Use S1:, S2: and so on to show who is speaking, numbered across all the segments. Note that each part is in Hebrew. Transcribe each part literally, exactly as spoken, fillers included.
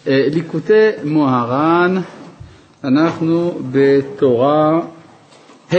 S1: ליקוטי מוהר"ן, אנחנו בתורה ה',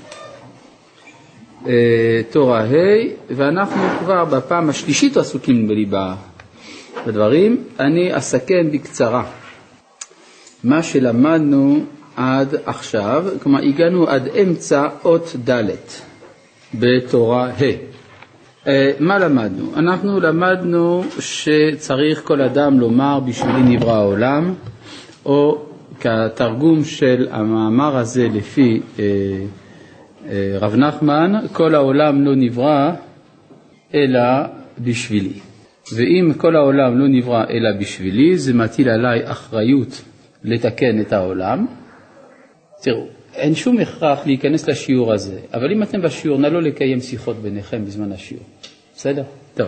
S1: תורה ה', ואנחנו כבר בפעם השלישית עסוקים בליבה בדברים. אני אסכם בקצרה מה שלמדנו עד עכשיו, כלומר הגענו עד אמצע אות ד' בתורה ה'. מה למדנו? אנחנו למדנו שצריך כל אדם לומר בשבילי נברא העולם, או כתרגום של המאמר הזה לפי אה, אה, רב נחמן, כל העולם לא נברא אלא בשבילי. ואם כל העולם לא נברא אלא בשבילי, זה מטיל עליי אחריות לתקן את העולם. תראו, אין שום הכרח להיכנס לשיעור הזה, אבל אם אתם בשיעור, נא לא לקיים שיחות ביניכם בזמן השיעור. בסדר? טוב.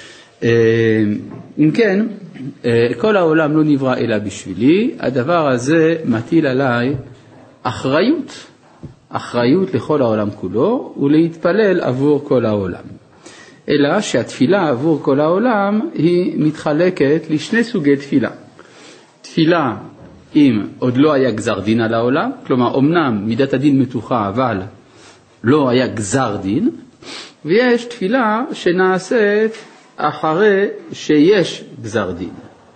S1: אם כן, כל העולם לא נברא אלא בשבילי, הדבר הזה מטיל עליי אחריות, אחריות לכל העולם כולו, ולהתפלל עבור כל העולם. אלא שהתפילה עבור כל העולם היא מתחלקת לשני סוגי תפילה. תפילה אם עוד לא היה גזר דין על העולם, כלומר אמנם מידת הדין מתוחה אבל לא היה גזר דין, ויש תפילה שנעשית אחרי שיש גזר דין.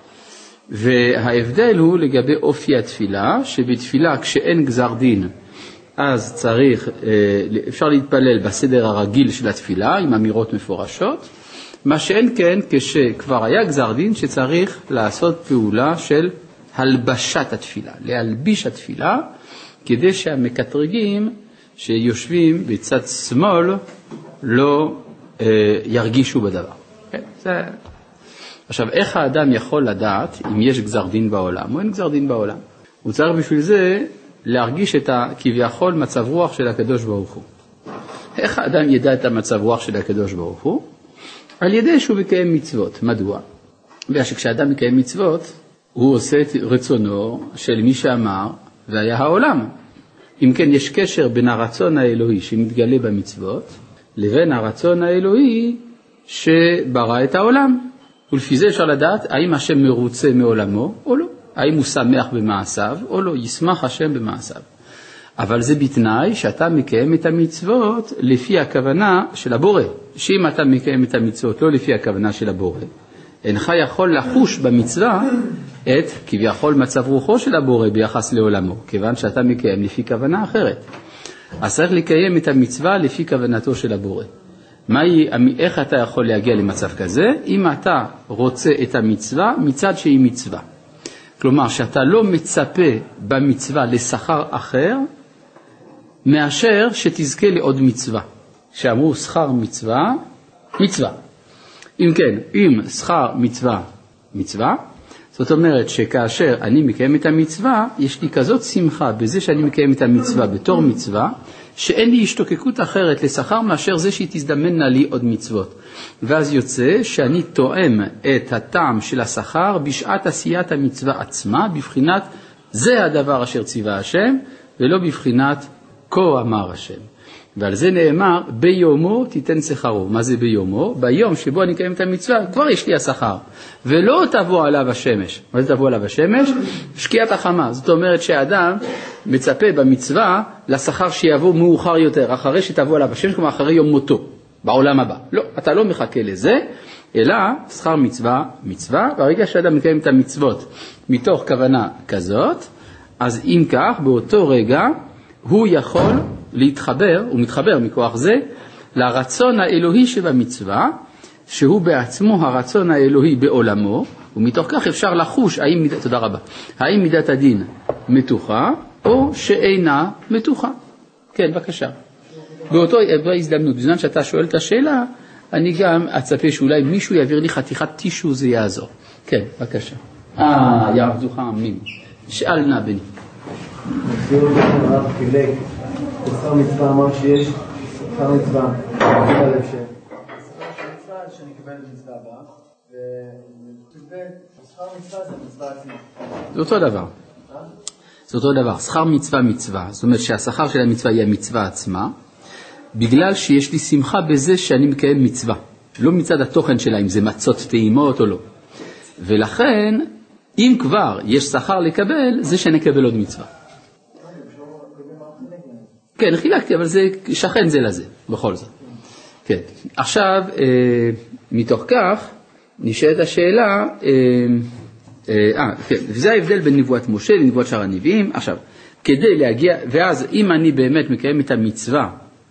S1: וההבדל הוא לגבי אופי התפילה, שבתפילה כשאין גזר דין אז צריך, אפשר להתפלל בסדר הרגיל של התפילה עם אמירות מפורשות, מה שאין כן כשכבר היה גזר דין שצריך לעשות פעולה של הלבשת התפילה, להלביש התפילה, כדי שהמקטרגים שיושבים בצד שמאל לא אה, ירגישו בדבר. כן? זה... עכשיו, איך האדם יכול לדעת אם יש גזר דין בעולם או אין גזר דין בעולם? הוא צריך בשביל זה להרגיש את הכביכול מצב רוח של הקדוש ברוך הוא. איך האדם ידע את המצב רוח של הקדוש ברוך הוא? על ידי שהוא מקיים מצוות. מדוע? בגלל שכשאדם מקיים מצוות, הוא עושה את רצונו של מי שאמר והיה העולם. אם כן, יש קשר בין הרצון האלוהי שמתגלה במצוות לבין הרצון האלוהי שברא את העולם. ולפי זה אפשר לדעת האם השם מרוצה מעולמו או לא, האם הוא שמח במעשיו או לא, ישמח השם במעשיו. אבל זה בתנאי שאתה מקיים את המצוות לפי הכוונה של הבורא. שאם אתה מקיים את המצוות לא לפי הכוונה של הבורא, אינך יכול לחוש במצווה את כביכול מצב רוחו של הבורא ביחס לעולמו, כיוון שאתה מקיים לפי כוונה אחרת. אז צריך לקיים את המצווה לפי כוונתו של הבורא. מהי, איך אתה יכול להגיע למצב כזה? אם אתה רוצה את המצווה מצד שהיא מצווה. כלומר, שאתה לא מצפה במצווה לשכר אחר, מאשר שתזכה לעוד מצווה. שאמרו שכר מצווה, מצווה. אם כן, אם שכר מצווה, מצווה, זאת אומרת שכאשר אני מקיים את המצווה, יש לי כזאת שמחה בזה שאני מקיים את המצווה בתור מצווה, שאין לי השתוקקות אחרת לשכר מאשר זה שהיא תזדמנה לי עוד מצוות. ואז יוצא שאני תואם את הטעם של השכר בשעת עשיית המצווה עצמה, בבחינת זה הדבר אשר ציווה השם, ולא בבחינת כה אמר השם. ועל זה נאמר, ביומו תיתן שכרו. מה זה ביומו? ביום שבו אני אקיים את המצווה, כבר יש לי השכר. ולא תבוא עליו השמש. מה זה תבוא עליו השמש? שקיעת החמה. זאת אומרת שהאדם מצפה במצווה לשכר שיבוא מאוחר יותר, אחרי שתבוא עליו השמש, כמו אחרי יום מותו, בעולם הבא. לא, אתה לא מחכה לזה, אלא שכר מצווה, מצווה. ברגע שאדם מקיים את המצוות מתוך כוונה כזאת, אז אם כך, באותו רגע, הוא יכול להתחבר, הוא מתחבר מכוח זה, לרצון האלוהי שבמצווה, שהוא בעצמו הרצון האלוהי בעולמו, ומתוך כך אפשר לחוש, האם מידת, תודה רבה, האם מידת הדין מתוחה, או שאינה מתוחה. כן, בבקשה. באותו הזדמנות, בזמן שאתה שואל את השאלה, אני גם אצפה שאולי מישהו יעביר לי חתיכת טישו, זה יעזור. כן, בבקשה. אה, יעבדוך עמים. שאל נא בני.
S2: בסיור לכם רב חילק, שכר מצווה אמר שיש שכר מצווה, אני חושב לב ששכר מצווה שאני אקבל מצווה הבאה, ושכר מצווה זה מצווה עצמה.
S1: זה אותו דבר. זה אותו דבר, שכר מצווה מצווה, זאת אומרת שהשכר של המצווה היא המצווה עצמה, בגלל שיש לי שמחה בזה שאני מקיים מצווה, לא מצד התוכן שלה, אם זה מצות טעימות או לא. ולכן אם כבר יש שכר לקבל, זה שנקבל עוד מצווה. כן, חילקתי, אבל זה שכן זה לזה, בכל זאת. כן, עכשיו, אה, מתוך כך, נשאלת השאלה, אה, אה, כן, וזה ההבדל בין נבואת משה לנבואת שאר הנביאים. עכשיו, כדי להגיע, ואז אם אני באמת מקיים את המצווה,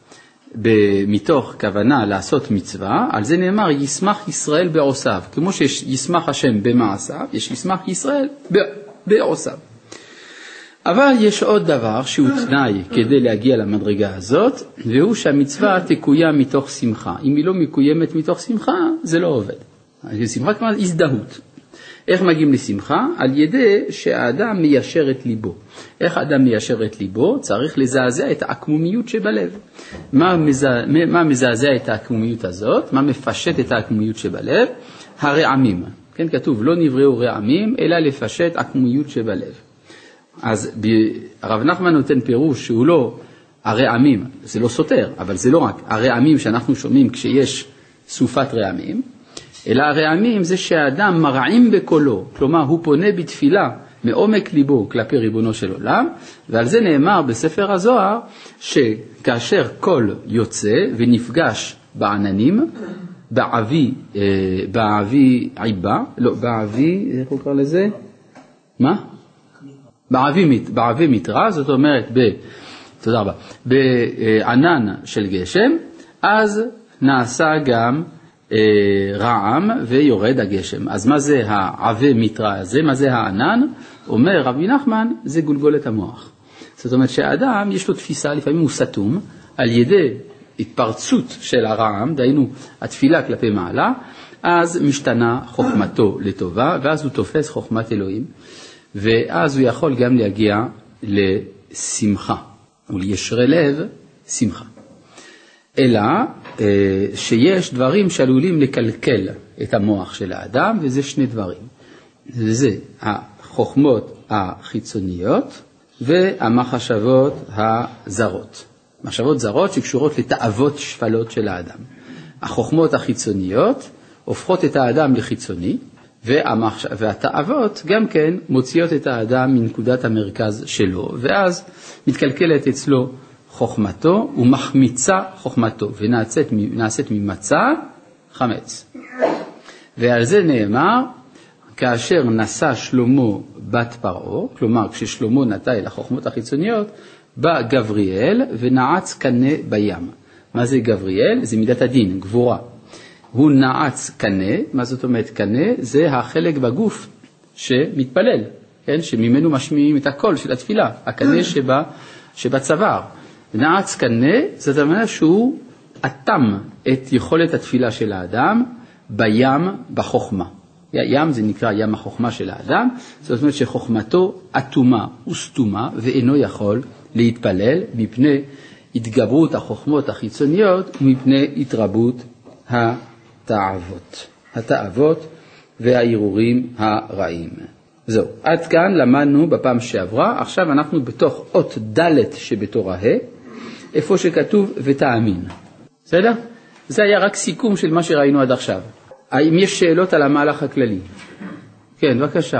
S1: מתוך כוונה לעשות מצווה, על זה נאמר ישמח ישראל בעושיו, כמו שישמח השם במעשיו, יש ישמח ישראל בעושיו. אבל יש עוד דבר שהוא תנאי כדי להגיע למדרגה הזאת, והוא שהמצווה תקוים מתוך שמחה. אם היא לא מקוימת מתוך שמחה, זה לא עובד. שמחה כלומר הזדהות. איך מגיעים לשמחה? על ידי שהאדם מיישר את ליבו. איך האדם מיישר את ליבו? צריך לזעזע את העקמומיות שבלב. מה, מזע... מה מזעזע את העקמומיות הזאת? מה מפשט את העקמומיות שבלב? הרעמים. כן, כתוב, לא נבראו רעמים, אלא לפשט עקמומיות שבלב. אז הרב נחמן נותן פירוש שהוא לא הרעמים, זה לא סותר, אבל זה לא רק הרעמים שאנחנו שומעים כשיש סופת רעמים, אלא הרעמים זה שהאדם מרעים בקולו, כלומר הוא פונה בתפילה מעומק ליבו כלפי ריבונו של עולם, ועל זה נאמר בספר הזוהר שכאשר קול יוצא ונפגש בעננים, בעבי, בעבי עיבה, לא, בעבי, איך הוא קרא לזה? מה? בעבי, בעבי מתרה, זאת אומרת, ב, תודה רבה, בענן של גשם, אז נעשה גם רעם ויורד הגשם. אז מה זה העבי מתרה הזה? מה זה הענן? אומר רבי נחמן, זה גולגולת המוח. זאת אומרת שהאדם יש לו תפיסה, לפעמים הוא סתום, על ידי התפרצות של הרעם, דהיינו התפילה כלפי מעלה, אז משתנה חוכמתו לטובה, ואז הוא תופס חוכמת אלוהים, ואז הוא יכול גם להגיע לשמחה, ולישרי לב שמחה. אלא שיש דברים שעלולים לקלקל את המוח של האדם, וזה שני דברים. זה החוכמות החיצוניות והמחשבות הזרות. מחשבות זרות שקשורות לתאוות שפלות של האדם. החוכמות החיצוניות הופכות את האדם לחיצוני, והמחש... והתאוות גם כן מוציאות את האדם מנקודת המרכז שלו, ואז מתקלקלת אצלו חוכמתו ומחמיצה חוכמתו, ונעשית נעשית ממצה חמץ. ועל זה נאמר, כאשר נשא שלמה בת פרעה, כלומר כששלמה נטע אל החוכמות החיצוניות, בא גבריאל ונעץ קנה בים. מה זה גבריאל? זה מידת הדין, גבורה. הוא נעץ קנה, מה זאת אומרת קנה? זה החלק בגוף שמתפלל, כן? שממנו משמיעים את הקול של התפילה, הקנה שבה, שבצוואר. נעץ קנה, זאת אומרת שהוא אטם את יכולת התפילה של האדם בים בחוכמה. ים זה נקרא ים החוכמה של האדם, זאת אומרת שחוכמתו אטומה וסתומה ואינו יכול להתפלל מפני התגברות החוכמות החיצוניות ומפני התרבות התאוות, התאוות והעירורים הרעים. זהו, עד כאן למדנו בפעם שעברה, עכשיו אנחנו בתוך אות ד' שבתורה ה', איפה שכתוב ותאמין. בסדר? זה היה רק סיכום של מה שראינו עד עכשיו. האם יש שאלות על המהלך הכללי? כן, בבקשה.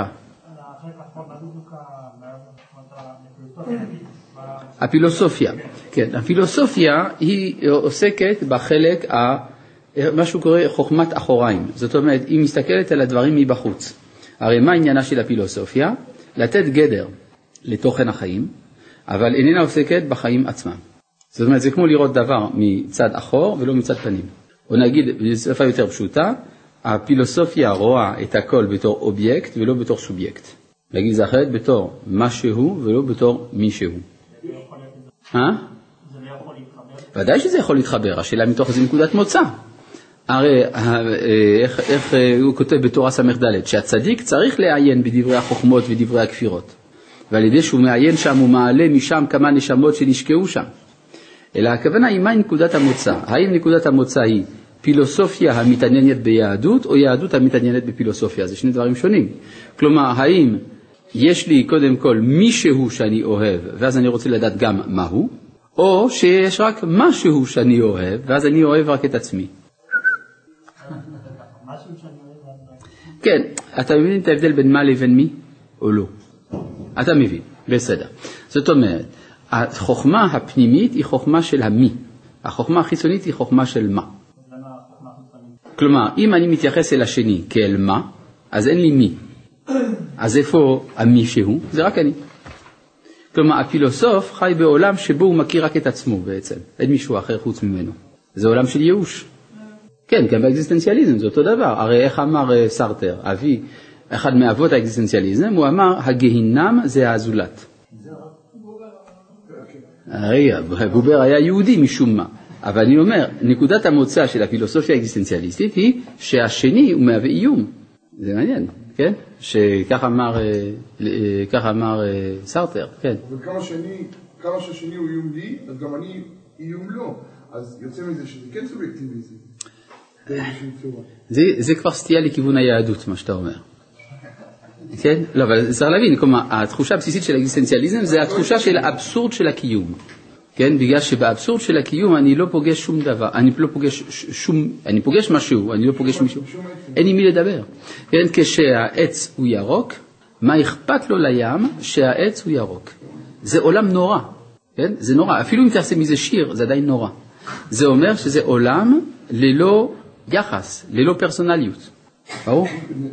S1: הפילוסופיה. כן, הפילוסופיה היא עוסקת בחלק, מה שהוא קורא חוכמת אחוריים. זאת אומרת, היא מסתכלת על הדברים מבחוץ. הרי מה עניינה של הפילוסופיה? לתת גדר לתוכן החיים, אבל איננה עוסקת בחיים עצמם. זאת אומרת, זה כמו לראות דבר מצד אחור ולא מצד פנים. או נגיד, בשפה יותר פשוטה, הפילוסופיה רואה את הכל בתור אובייקט ולא בתור סובייקט. להגיד זה אחרת בתור משהו ולא בתור מישהו. זה לא יכול להתחבר? אה? זה לא יכול להתחבר? ודאי שזה יכול להתחבר, השאלה מתוך איזה נקודת מוצא. הרי איך, איך הוא כותב בתורה סמך ד' שהצדיק צריך לעיין בדברי החוכמות ודברי הכפירות. ועל ידי שהוא מעיין שם הוא מעלה משם כמה נשמות שנשקעו שם. אלא הכוונה היא מהי נקודת המוצא. האם נקודת המוצא היא פילוסופיה המתעניינת ביהדות או יהדות המתעניינת בפילוסופיה? זה שני דברים שונים. כלומר, האם יש לי קודם כל מישהו שאני אוהב ואז אני רוצה לדעת גם מהו, או שיש רק משהו שאני אוהב ואז אני אוהב רק את עצמי. כן, אתה מבין את ההבדל בין מה לבין מי או לא? אתה מבין, בסדר. זאת אומרת, החוכמה הפנימית היא חוכמה של המי, החוכמה החיצונית היא חוכמה של מה. כלומר, אם אני מתייחס אל השני כאל מה, אז אין לי מי. אז איפה המי שהוא? זה רק אני. כלומר, הפילוסוף חי בעולם שבו הוא מכיר רק את עצמו בעצם. אין מישהו אחר חוץ ממנו. זה עולם של ייאוש. כן, גם באקזיסטנציאליזם זה אותו דבר. הרי איך אמר סרטר, אבי, אחד מאבות האקזיסטנציאליזם, הוא אמר, הגהינם זה הזולת. רגע, בובר היה יהודי משום מה. אבל אני אומר, נקודת המוצא של הפילוסופיה האקזיסטנציאליסטית היא שהשני הוא מהווה איום. זה מעניין, כן? שכך אמר, כך אמר סרטר, כן.
S3: וכמה שני, כמה שהשני הוא איום לי, אז גם אני איום לו. אז יוצא מזה שזה כן סובייקטיביזם.
S1: זה, זה כבר סטייה לכיוון היהדות, מה שאתה אומר. כן? לא, אבל צריך להבין, כלומר, התחושה הבסיסית של האקזיסטנציאליזם זה התחושה של האבסורד של הקיום. כן? בגלל שבאבסורד של הקיום אני לא פוגש שום דבר, אני לא פוגש שום, אני פוגש משהו, אני לא פוגש מישהו. אין עם מי לדבר. כן? כשהעץ הוא ירוק, מה אכפת לו לים שהעץ הוא ירוק? זה עולם נורא. כן? זה נורא. אפילו אם תעשה מזה שיר, זה עדיין נורא. זה אומר שזה עולם ללא יחס, ללא פרסונליות. ברור?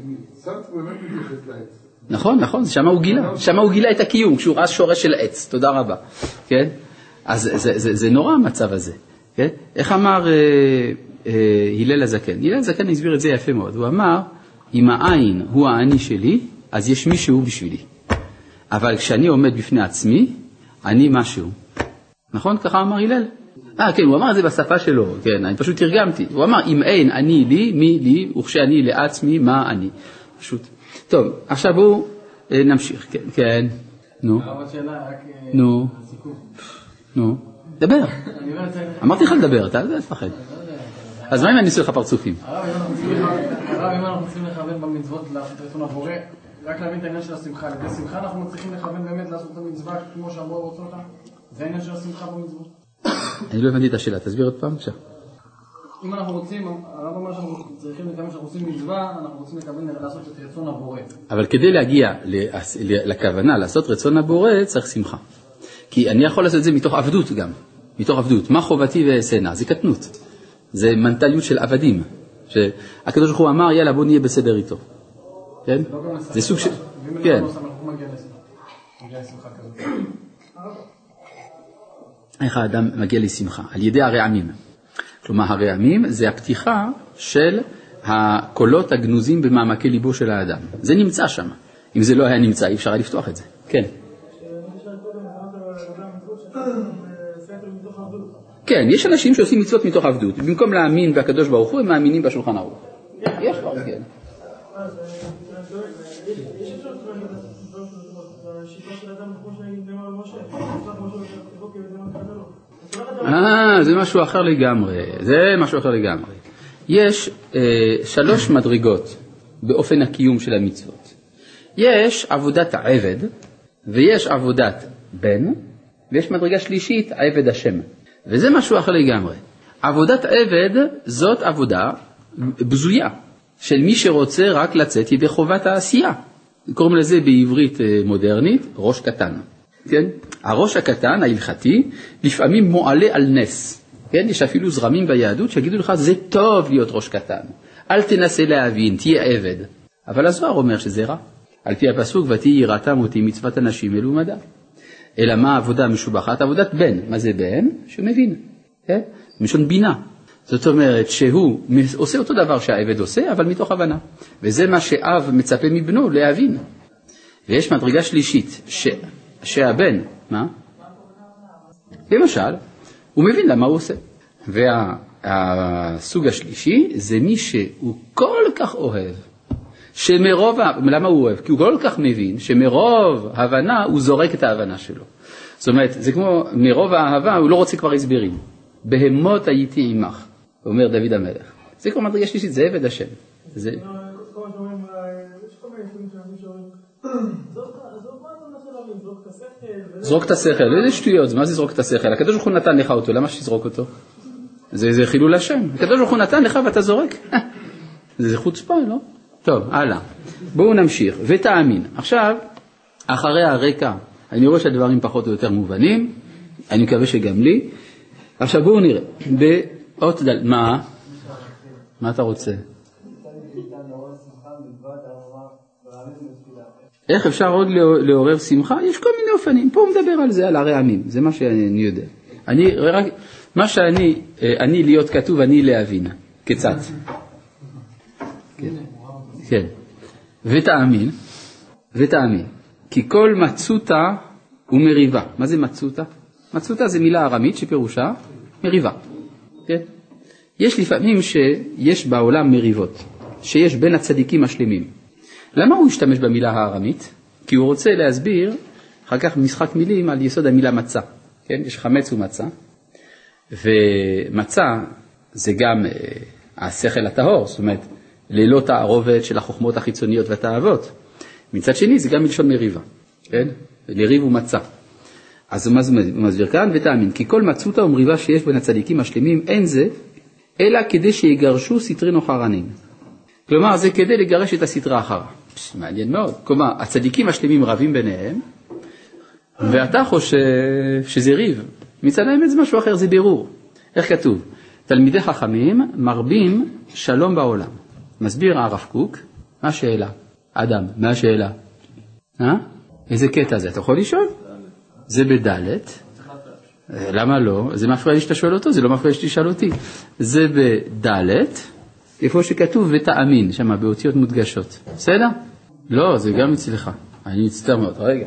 S1: נכון, נכון, שמה הוא גילה, שמה הוא גילה את הקיום, כשהוא ראה שורש של עץ, תודה רבה, כן? אז זה, זה, זה נורא המצב הזה, כן? איך אמר אה, אה, הלל הזקן? הלל הזקן הסביר את זה יפה מאוד, הוא אמר, אם העין הוא העני שלי, אז יש מישהו בשבילי, אבל כשאני עומד בפני עצמי, אני משהו, נכון? ככה אמר הלל? אה, כן, הוא אמר את זה בשפה שלו, כן, אני פשוט תרגמתי. הוא אמר, אם אין אני לי, מי לי, וכשאני לעצמי, מה אני. פשוט. טוב, עכשיו בואו נמשיך, כן, כן. נו. נו. נו. דבר. אמרתי לך לדבר, אתה לא תפחד. אז מה אם אני אעשה לך פרצופים?
S2: הרב, אם אנחנו צריכים לכוון במצוות לעשות רצון הבורא, רק להבין את העניין של השמחה. לפני שמחה אנחנו מצליחים לכוון באמת לעשות את המצווה כמו שהבורא רוצה אותה? זה העניין של השמחה במצוות.
S1: אני לא הבנתי את השאלה, תסביר עוד פעם, בבקשה.
S2: אם אנחנו רוצים, הרב אומר שאנחנו צריכים לכוון שאנחנו עושים מצווה, אנחנו רוצים לכוון לעשות את רצון הבורא.
S1: אבל כדי להגיע לכוונה, לעשות רצון הבורא, צריך שמחה. כי אני יכול לעשות את זה מתוך עבדות גם, מתוך עבדות. מה חובתי ועשנה? זה קטנות. זה מנטליות של עבדים. שהקדוש ברוך הוא אמר, יאללה, בוא נהיה בסדר איתו. כן? זה סוג של... כן. איך האדם מגיע לשמחה? על ידי הרעמים. כלומר, הרעמים זה הפתיחה של הקולות הגנוזים במעמקי ליבו של האדם. זה נמצא שם. אם זה לא היה נמצא, אי אפשר לפתוח את זה. כן. כן, יש אנשים שעושים מצוות מתוך עבדות. במקום להאמין בקדוש ברוך הוא, הם מאמינים בשולחן ערוך. יש כבר, כן. אה, זה משהו אחר לגמרי. זה משהו אחר לגמרי. יש אה, שלוש מדרגות באופן הקיום של המצוות. יש עבודת העבד, ויש עבודת בן, ויש מדרגה שלישית, עבד השם. וזה משהו אחר לגמרי. עבודת עבד זאת עבודה בזויה, של מי שרוצה רק לצאת ידי חובת העשייה. קוראים לזה בעברית מודרנית, ראש קטן. כן? הראש הקטן, ההלכתי, לפעמים מועלה על נס. כן? יש אפילו זרמים ביהדות שיגידו לך, זה טוב להיות ראש קטן. אל תנסה להבין, תהיה עבד. אבל הזוהר אומר שזה רע. על פי הפסוק, ותהי יראתם אותי מצוות אנשים מלומדה. אלא מה העבודה המשובחת? עבודת בן. מה זה בן? שהוא מבין. כן? משון בינה. זאת אומרת שהוא עושה אותו דבר שהעבד עושה, אבל מתוך הבנה. וזה מה שאב מצפה מבנו להבין. ויש מדרגה שלישית, ש... שהבן, מה? למשל, הוא מבין למה הוא עושה. והסוג השלישי זה מי שהוא כל כך אוהב, שמרוב, למה הוא אוהב? כי הוא כל כך מבין שמרוב הבנה הוא זורק את ההבנה שלו. זאת אומרת, זה כמו מרוב האהבה, הוא לא רוצה כבר הסברים. בהמות הייתי עמך, אומר דוד המלך. זה כמו מדרגה שלישית, זה עבד השם. זה... זרוק את השכל, איזה שטויות, מה זה זרוק את השכל? הקדוש ברוך הוא נתן לך אותו, למה שתזרוק אותו? זה, זה חילול השם. הקדוש ברוך הוא נתן לך ואתה זורק. זה חוצפה, לא? טוב, הלאה. בואו נמשיך. ותאמין. עכשיו, אחרי הרקע, אני רואה שהדברים פחות או יותר מובנים, אני מקווה שגם לי. עכשיו בואו נראה. באות דל... מה? מה אתה רוצה? איך אפשר עוד לעורר שמחה? יש כל מיני אופנים. פה הוא מדבר על זה, על הרעמים. זה מה שאני יודע. אני, רק, מה שאני, אני להיות כתוב, אני להבין. כיצד? כן. כן. ותאמין, ותאמין. כי כל מצותה הוא מריבה. מה זה מצותה? מצותה זה מילה ארמית שפירושה מריבה. כן? יש לפעמים שיש בעולם מריבות, שיש בין הצדיקים השלמים. למה הוא השתמש במילה הארמית? כי הוא רוצה להסביר, אחר כך משחק מילים על יסוד המילה מצה. כן? יש חמץ ומצה, ומצה זה גם אה, השכל הטהור, זאת אומרת, לילות הערובת של החוכמות החיצוניות והתאוות. מצד שני זה גם מלשון מריבה, כן? לריב ומצה. אז הוא מסביר כאן, ותאמין, כי כל מצותה ומריבה שיש בין הצדיקים השלמים, אין זה, אלא כדי שיגרשו סטרי נוחרנים. כלומר, זה כדי לגרש את הסטרה אחרה. מעניין מאוד. כלומר, הצדיקים השלמים רבים ביניהם, ואתה חושב שזה ריב. מצד האמת זה משהו אחר, זה בירור. איך כתוב? תלמידי חכמים מרבים שלום בעולם. מסביר הרב קוק, מה השאלה? אדם, מה השאלה? אה? איזה קטע זה? אתה יכול לשאול? זה בדלת. למה לא? זה מפריע לי שאתה שואל אותו, זה לא מפריע לי שתשאל אותי. זה בדלת, איפה שכתוב ותאמין, שם באותיות מודגשות. בסדר? לא, זה גם אצלך. אני מצטער מאוד. רגע.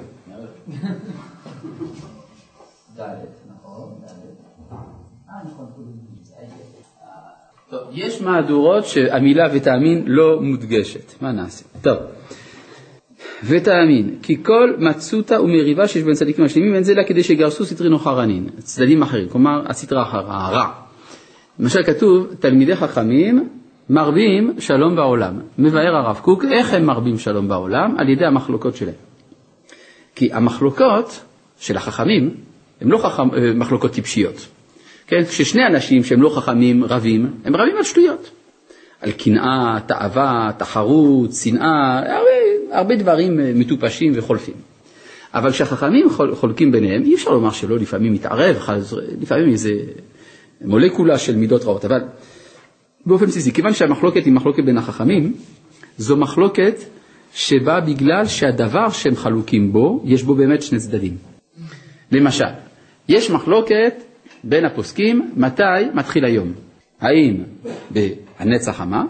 S1: דלת, נכון, דלת. אה, נכון. טוב, יש מהדורות שהמילה ותאמין לא מודגשת. מה נעשה? טוב. ותאמין, כי כל מצותה ומריבה שיש בין צדיקים השלמים, אין זה לה כדי שיגרסו סטרי נוחרנין, צדדים אחרים, כלומר הסטרה אחרה, הרע. למשל כתוב, תלמידי חכמים מרבים שלום בעולם. מבאר הרב קוק, איך הם מרבים שלום בעולם? על ידי המחלוקות שלהם. כי המחלוקות של החכמים, הן לא חכם, מחלוקות טיפשיות. כן? כששני אנשים שהם לא חכמים רבים, הם רבים על שטויות. על קנאה, תאווה, תחרות, שנאה, הרבה, הרבה דברים מטופשים וחולפים. אבל כשהחכמים חול, חולקים ביניהם, אי אפשר לומר שלא, לפעמים מתערב, לפעמים איזה מולקולה של מידות רעות. אבל באופן בסיסי, כיוון שהמחלוקת היא מחלוקת בין החכמים, זו מחלוקת שבאה בגלל שהדבר שהם חלוקים בו, יש בו באמת שני צדדים. למשל, יש מחלוקת בין הפוסקים, מתי מתחיל היום? האם בהנץ החמה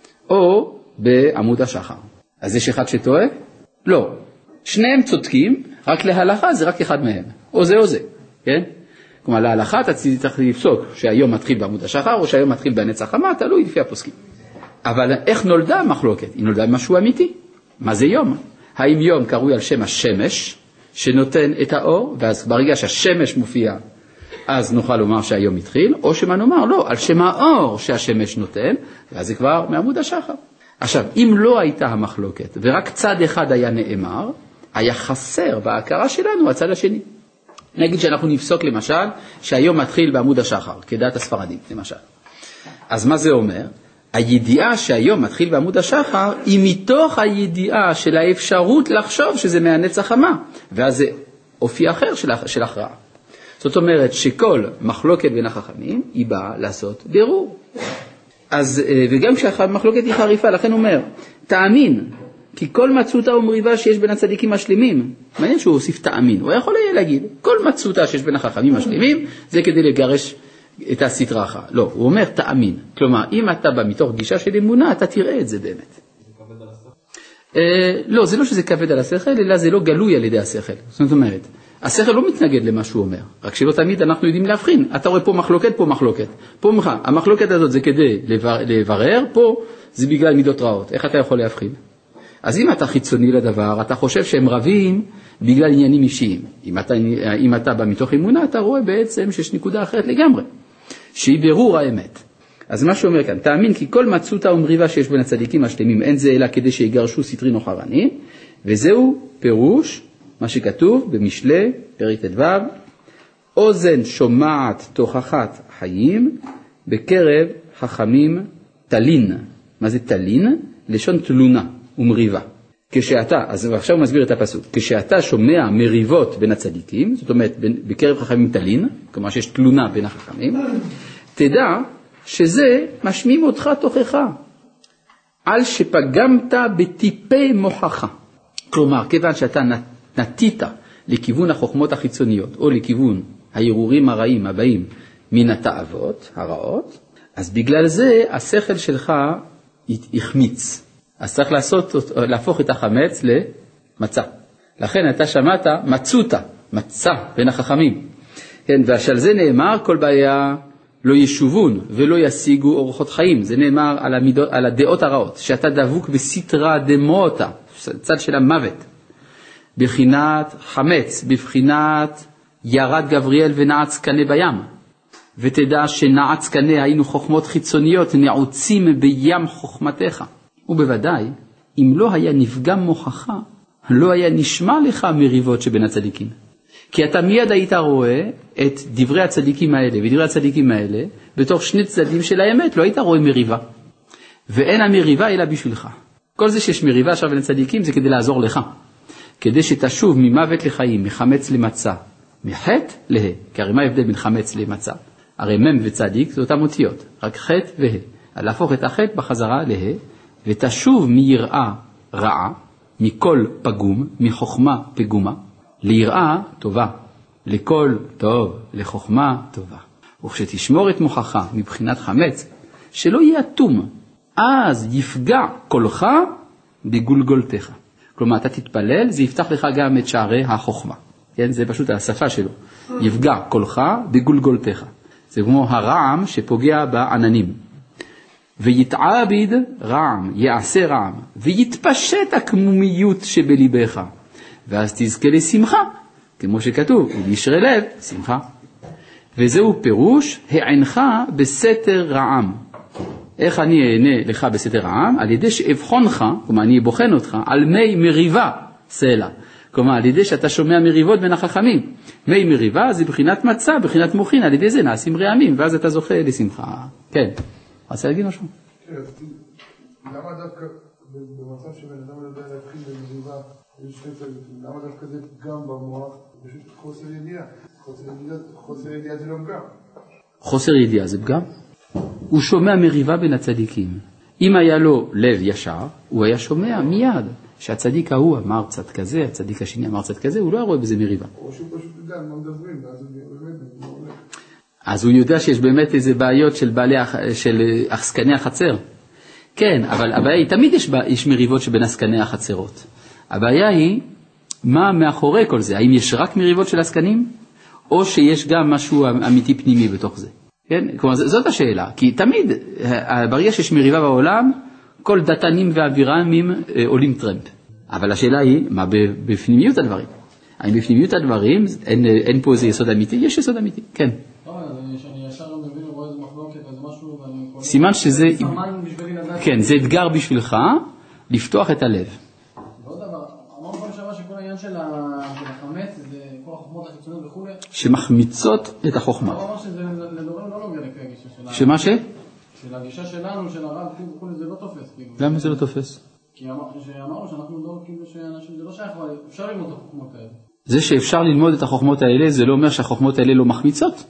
S1: או בעמוד השחר? אז יש אחד שטועה? לא. שניהם צודקים, רק להלכה זה רק אחד מהם. או זה או זה, כן? כלומר, להלכה אתה צריך לפסוק שהיום מתחיל בעמוד השחר או שהיום מתחיל בהנץ החמה, תלוי לפי הפוסקים. אבל איך נולדה המחלוקת? היא נולדה משהו אמיתי. מה זה יום? האם יום קרוי על שם השמש שנותן את האור, ואז ברגע שהשמש מופיע, אז נוכל לומר שהיום התחיל, או שמה נאמר, לא, על שם האור שהשמש נותן, ואז זה כבר מעמוד השחר. עכשיו, אם לא הייתה המחלוקת, ורק צד אחד היה נאמר, היה חסר בהכרה שלנו הצד השני. נגיד שאנחנו נפסוק למשל, שהיום מתחיל בעמוד השחר, כדעת הספרדים, למשל. אז מה זה אומר? הידיעה שהיום מתחיל בעמוד השחר, היא מתוך הידיעה של האפשרות לחשוב שזה מהנץ החמה, ואז זה אופי אחר של, של הכרעה. זאת אומרת שכל מחלוקת בין החכמים היא באה לעשות בירור. אז, וגם כשהמחלוקת היא חריפה, לכן הוא אומר, תאמין, כי כל מצותה ומריבה שיש בין הצדיקים השלמים, מעניין שהוא הוסיף תאמין, הוא יכול להגיד, כל מצותה שיש בין החכמים השלמים, זה כדי לגרש את הסטרה אחת. לא, הוא אומר תאמין. כלומר, אם אתה בא מתוך גישה של אמונה, אתה תראה את זה באמת. זה כבד על השכל? לא, זה לא שזה כבד על השכל, אלא זה לא גלוי על ידי השכל. זאת אומרת, השכל לא מתנגד למה שהוא אומר, רק שלא תמיד אנחנו יודעים להבחין. אתה רואה פה מחלוקת, פה מחלוקת. פה ממך, המחלוקת הזאת זה כדי לברר, פה זה בגלל מידות רעות. איך אתה יכול להבחין? אז אם אתה חיצוני לדבר, אתה חושב שהם רבים בגלל עניינים אישיים. אם אתה, אם אתה בא מתוך אמונה, אתה רואה בעצם שיש נקודה אחרת לגמרי, שהיא ברור האמת. אז מה שאומר כאן, תאמין כי כל מצותה ומריבה שיש בין הצדיקים השלמים, אין זה אלא כדי שיגרשו סטרי נוחרני, וזהו פירוש מה שכתוב במשלי, פרק ט"ו, אוזן שומעת תוכחת חיים, בקרב חכמים תלין. מה זה תלין? לשון תלונה ומריבה. כשאתה, אז עכשיו הוא מסביר את הפסוק, כשאתה שומע מריבות בין הצדיקים, זאת אומרת בקרב חכמים תלין, כלומר שיש תלונה בין החכמים, תדע שזה משמים אותך תוכך, על שפגמת בטיפי מוחך. כלומר, כיוון שאתה נטית לכיוון החוכמות החיצוניות, או לכיוון הערעורים הרעים הבאים מן התאוות הרעות, אז בגלל זה השכל שלך יחמיץ. אז צריך לעשות, להפוך את החמץ למצה. לכן אתה שמעת מצותה, מצה בין החכמים. כן, ועל זה נאמר כל בעיה לא ישובון ולא ישיגו אורחות חיים. זה נאמר על, המידות, על הדעות הרעות, שאתה דבוק בסתרה דמותה, צד של המוות. בבחינת חמץ, בבחינת ירד גבריאל ונעץ קנה בים. ותדע שנעץ קנה היינו חוכמות חיצוניות נעוצים בים חוכמתך. ובוודאי, אם לא היה נפגם מוחך, לא היה נשמע לך מריבות שבין הצדיקים. כי אתה מיד היית רואה את דברי הצדיקים האלה ודברי הצדיקים האלה בתוך שני צדדים של האמת, לא היית רואה מריבה. ואין המריבה אלא בשבילך. כל זה שיש מריבה עכשיו בין הצדיקים זה כדי לעזור לך. כדי שתשוב ממוות לחיים, מחמץ למצה, מחטא לה. כי הרי מה ההבדל בין חמץ למצה? הרי מם וצדיק זה אותם אותיות, רק חטא וה. להפוך את החטא בחזרה לה, ותשוב מיראה רעה, מכל פגום, מחוכמה פגומה, ליראה טובה, לכל טוב, לחוכמה טובה. וכשתשמור את מוחך מבחינת חמץ, שלא יהיה אטום, אז יפגע קולך בגולגולתך. כלומר, אתה תתפלל, זה יפתח לך גם את שערי החוכמה. כן? זה פשוט השפה שלו. יפגע קולך בגולגולתך. זה כמו הרעם שפוגע בעננים. ויתעביד רעם, יעשה רעם, ויתפשט הכמומיות שבליבך. ואז תזכה לשמחה, כמו שכתוב, ובישרי לב, שמחה. וזהו פירוש, הענך בסתר רעם. איך אני אענה לך בסתר רעם? על ידי שאבחונך, כלומר אני אבוחן אותך, על מי מריבה סלע. כלומר, על ידי שאתה שומע מריבות בין החכמים. מי מריבה זה בחינת מצה, בחינת מוחין, על ידי זה נעשים רעמים, ואז אתה זוכה לשמחה. כן. רוצה להגיד משהו?
S3: כן, למה דווקא במצב שבן אדם לא יודע להבחין במריבה, יש שני צדדים, למה דווקא זה גם במוח, פשוט חוסר ידיעה. חוסר ידיעה זה לא פגם.
S1: חוסר ידיעה זה פגם? הוא שומע מריבה בין הצדיקים. אם היה לו לב ישר, הוא היה שומע מיד שהצדיק ההוא אמר צד כזה, הצדיק השני אמר צד כזה, הוא לא רואה בזה מריבה.
S3: או שהוא פשוט יודע על מה מדברים, ואז הוא באמת לא הולך.
S1: אז הוא יודע שיש באמת איזה בעיות של בעלי, של עסקני החצר. כן, אבל הבעיה היא, תמיד יש, יש מריבות שבין עסקני החצרות. הבעיה היא, מה מאחורי כל זה? האם יש רק מריבות של עסקנים? או שיש גם משהו אמיתי פנימי בתוך זה? כן? כלומר, זאת השאלה. כי תמיד, ברגע שיש מריבה בעולם, כל דתנים ואווירמים עולים טרמפ. אבל השאלה היא, מה בפנימיות הדברים? האם בפנימיות הדברים, אין, אין פה איזה יסוד אמיתי? יש יסוד אמיתי, כן.
S2: שאני ישר לא מבין, רואה איזה מחלוקת, איזה משהו, ואני...
S1: סימן שזה... כן, זה אתגר בשבילך, לפתוח את הלב.
S2: לא דבר, אמרנו פעם שמה שכל העניין של החמץ, זה כל החוכמות החיצוניות וכו'.
S1: שמחמיצות את החוכמה.
S2: הוא אמר שזה לדורם לא נוגע לפי הגישה שלנו.
S1: שמה ש?
S2: של הגישה שלנו, של הרב, וכו', זה לא תופס.
S1: למה זה לא תופס?
S2: כי אמרנו שאנחנו לא, כאילו שאנשים, זה לא שייך, אפשר ללמוד את החוכמות האלה.
S1: זה שאפשר ללמוד את החוכמות האלה, זה לא אומר שהחוכמות האלה לא מחמיצות.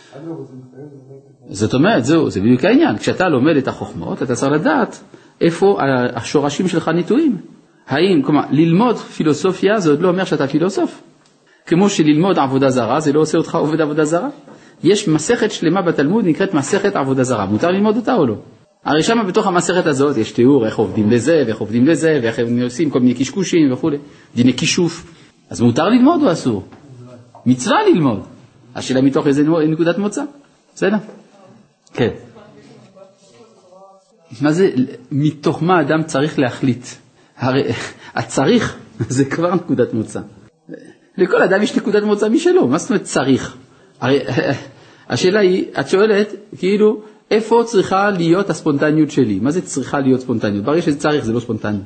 S1: זאת אומרת, זהו, זה בדיוק העניין. כשאתה לומד את החוכמות, אתה צריך לדעת איפה השורשים שלך נטועים. האם, כלומר, ללמוד פילוסופיה זה עוד לא אומר שאתה פילוסוף. כמו שללמוד עבודה זרה, זה לא עושה אותך עובד עבודה זרה. יש מסכת שלמה בתלמוד, נקראת מסכת עבודה זרה. מותר ללמוד אותה או לא? הרי שמה בתוך המסכת הזאת יש תיאור איך עובדים לזה, ואיך עובדים לזה, ואיך הם עושים כל מיני קשקושים וכו'. דיני כישוף. אז מותר ללמוד או אסור? מצווה ללמוד. השאלה מתוך איזה נקודת מוצא. בסדר? כן. מה זה, מתוך מה אדם צריך להחליט? הרי הצריך זה כבר נקודת מוצא. לכל אדם יש נקודת מוצא משלו. מה זאת אומרת צריך? הרי השאלה היא, את שואלת, כאילו, איפה צריכה להיות הספונטניות שלי? מה זה צריכה להיות ספונטניות? ברגע שזה צריך, זה לא ספונטני.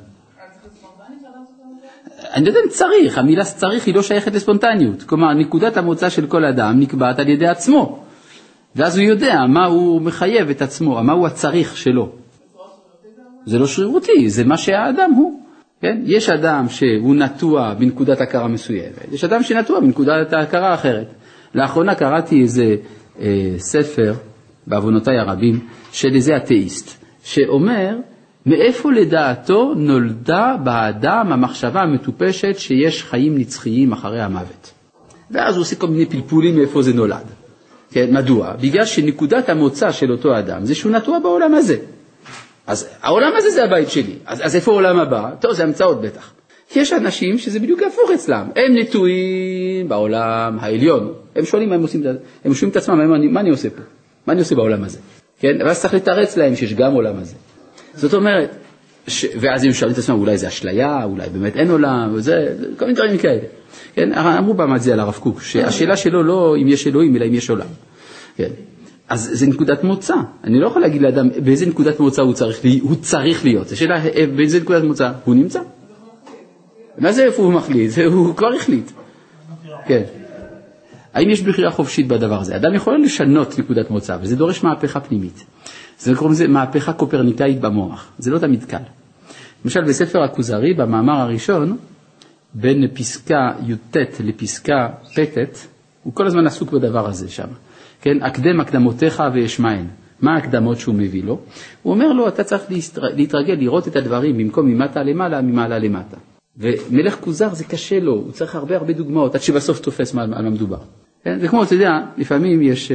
S1: אני יודע, צריך. המילה צריך היא לא שייכת לספונטניות. כלומר, נקודת המוצא של כל אדם נקבעת על ידי עצמו. ואז הוא יודע מה הוא מחייב את עצמו, מה הוא הצריך שלו. זה לא שרירותי, זה מה שהאדם הוא. כן? יש אדם שהוא נטוע בנקודת הכרה מסוימת, יש אדם שנטוע בנקודת הכרה אחרת. לאחרונה קראתי איזה אה, ספר, בעוונותיי הרבים, של איזה אתאיסט, שאומר, מאיפה לדעתו נולדה באדם המחשבה המטופשת שיש חיים נצחיים אחרי המוות. ואז הוא עושה כל מיני פלפולים מאיפה זה נולד. כן, מדוע? בגלל שנקודת המוצא של אותו אדם זה שהוא נטוע בעולם הזה. אז העולם הזה זה הבית שלי. אז, אז איפה העולם הבא? טוב, זה המצאות בטח. יש אנשים שזה בדיוק הפוך אצלם. הם נטועים בעולם העליון. הם שואלים מה הם עושים, הם שואלים את עצמם, מה אני, מה אני עושה פה? מה אני עושה בעולם הזה? כן? ואז צריך לתרץ להם שיש גם עולם הזה. זאת אומרת, ש... ואז הם שואלים את עצמם, אולי זה אשליה, אולי באמת אין עולם, וזה, כל מיני דברים כאלה. כן? אמרו פעם את זה על הרב קוק, שהשאלה שלו לא אם יש אלוהים, אלא אם יש עולם. כן? אז זה נקודת מוצא. אני לא יכול להגיד לאדם באיזה נקודת מוצא הוא צריך, לי, הוא צריך להיות. השאלה, באיזה נקודת מוצא הוא נמצא. מה זה איפה הוא מחליט? זה, הוא כבר החליט. כן. האם יש בחירה חופשית בדבר הזה? אדם יכול לשנות נקודת מוצא, וזה דורש מהפכה פנימית. זה קוראים לזה מהפכה קופרניקאית במוח. זה לא תמיד קל. למשל, בספר הכוזרי, במאמר הראשון, בין פסקה י"ט לפסקה פ"ט, הוא כל הזמן עסוק בדבר הזה שם. כן, הקדם הקדמותיך וישמען. מה ההקדמות שהוא מביא לו? הוא אומר לו, אתה צריך להתרגל, לראות את הדברים במקום ממטה למעלה, ממעלה למטה. ומלך כוזר זה קשה לו, הוא צריך הרבה הרבה דוגמאות, עד שבסוף תופס על מה מדובר. כן? זה כמו, אתה יודע, לפעמים יש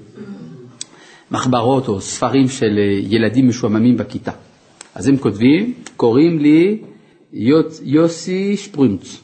S1: מחברות או ספרים של ילדים משועממים בכיתה. אז הם כותבים, קוראים לי יוסי שפרונץ,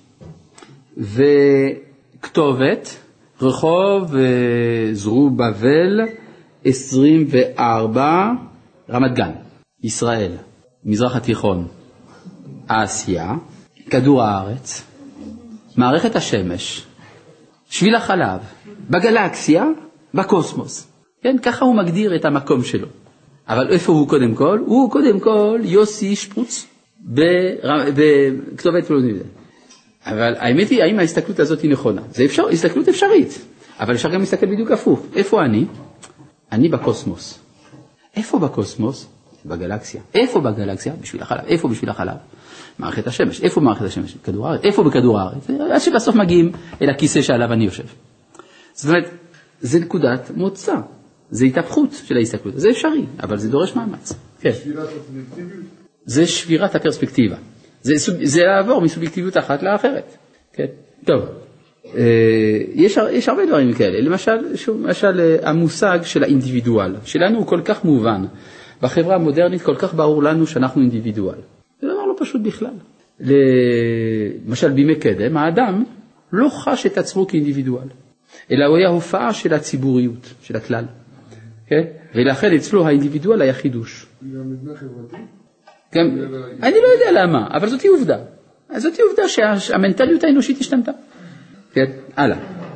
S1: וכתובת, רחוב זרובבל עשרים וארבע, רמת גן, ישראל, מזרח התיכון, אסיה, כדור הארץ, מערכת השמש, שביל החלב, בגלקסיה, בקוסמוס. כן, ככה הוא מגדיר את המקום שלו. אבל איפה הוא קודם כל? הוא קודם כל יוסי שפרוץ בכתובת פלונית. אבל האמת היא, האם ההסתכלות הזאת היא נכונה? זה אפשר, הסתכלות אפשרית, אבל אפשר גם להסתכל בדיוק הפוך. איפה אני? אני בקוסמוס. איפה בקוסמוס? בגלקסיה. איפה בגלקסיה? בשביל החלב. איפה בשביל החלב? מערכת השמש. איפה מערכת השמש? כדור הארץ. איפה בכדור הארץ? עד שבסוף מגיעים אל הכיסא שעליו אני יושב. זאת אומרת, זה נקודת מוצא. זה התהפכות של ההסתכלות. זה אפשרי, אבל זה דורש מאמץ. כן.
S3: שבירת הפרספקטיביות?
S1: זה שבירת הפרספקטיבה. זה, זה לעבור מסובייקטיביות אחת לאחרת. כן. טוב. יש, יש הרבה דברים כאלה. למשל, למשל, המושג של האינדיבידואל. שלנו הוא כל כך מובן. בחברה המודרנית כל כך ברור לנו שאנחנו אינדיבידואל. זה דבר לא פשוט בכלל. למשל, בימי קדם, האדם לא חש את עצמו כאינדיבידואל, אלא הוא היה הופעה של הציבוריות, של הכלל. כן? ולכן אצלו האינדיבידואל היה חידוש.
S3: גם מבנה חברתי?
S1: גם, אני לא יודע למה, אבל זאת היא עובדה. זאת היא עובדה שהמנטליות האנושית השתנתה. כן? הלאה.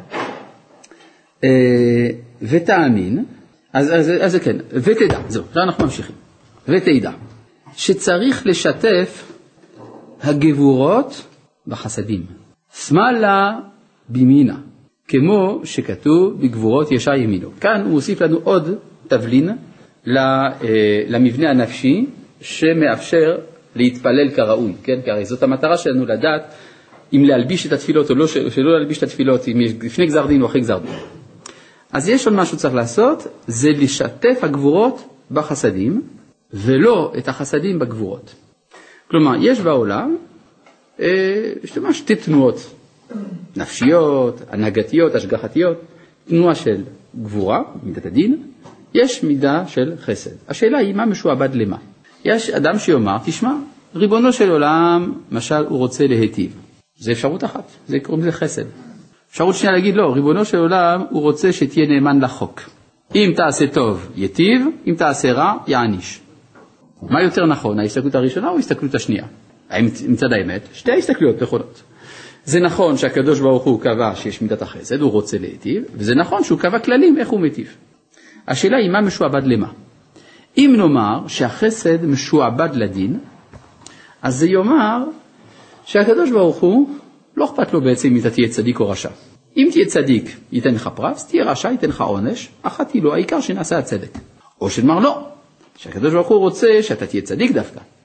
S1: ותאמין, אז, אז, אז כן, ותדע, זהו, אנחנו ממשיכים. ותדע, שצריך לשתף הגבורות בחסדים. שמאלה בימינה, כמו שכתוב בגבורות ישר ימינו. כאן הוא מוסיף לנו עוד תבלין למבנה הנפשי שמאפשר להתפלל כראוי, כן? כי הרי זאת המטרה שלנו לדעת אם להלביש את התפילות או לא, שלא להלביש את התפילות, אם לפני גזר דין או אחרי גזר דין. אז יש עוד משהו צריך לעשות, זה לשתף הגבורות בחסדים, ולא את החסדים בגבורות. כלומר, יש בעולם יש ממש שתי תנועות, נפשיות, הנהגתיות, השגחתיות, תנועה של גבורה, מידת הדין, יש מידה של חסד. השאלה היא מה משועבד למה. יש אדם שיאמר, תשמע, ריבונו של עולם, משל הוא רוצה להיטיב. זה אפשרות אחת, זה קוראים לזה חסד. אפשרות שנייה להגיד, לא, ריבונו של עולם, הוא רוצה שתהיה נאמן לחוק. אם תעשה טוב, יטיב, אם תעשה רע, יעניש. מה יותר נכון, ההסתכלות הראשונה או ההסתכלות השנייה? מצד האמת, שתי ההסתכלויות נכונות. זה נכון שהקדוש ברוך הוא קבע שיש מידת החסד, הוא רוצה להיטיב, וזה נכון שהוא קבע כללים איך הוא מיטיב. השאלה היא מה משועבד למה. אם נאמר שהחסד משועבד לדין, אז זה יאמר שהקדוש ברוך הוא לא אכפת לו בעצם אם אתה תהיה צדיק או רשע. אם תהיה צדיק ייתן לך פרס, תהיה רשע ייתן לך עונש, אחת היא לו, העיקר שנעשה הצדק. או שנאמר לא, שהקדוש ברוך הוא רוצה שאתה תהיה צדיק דווקא.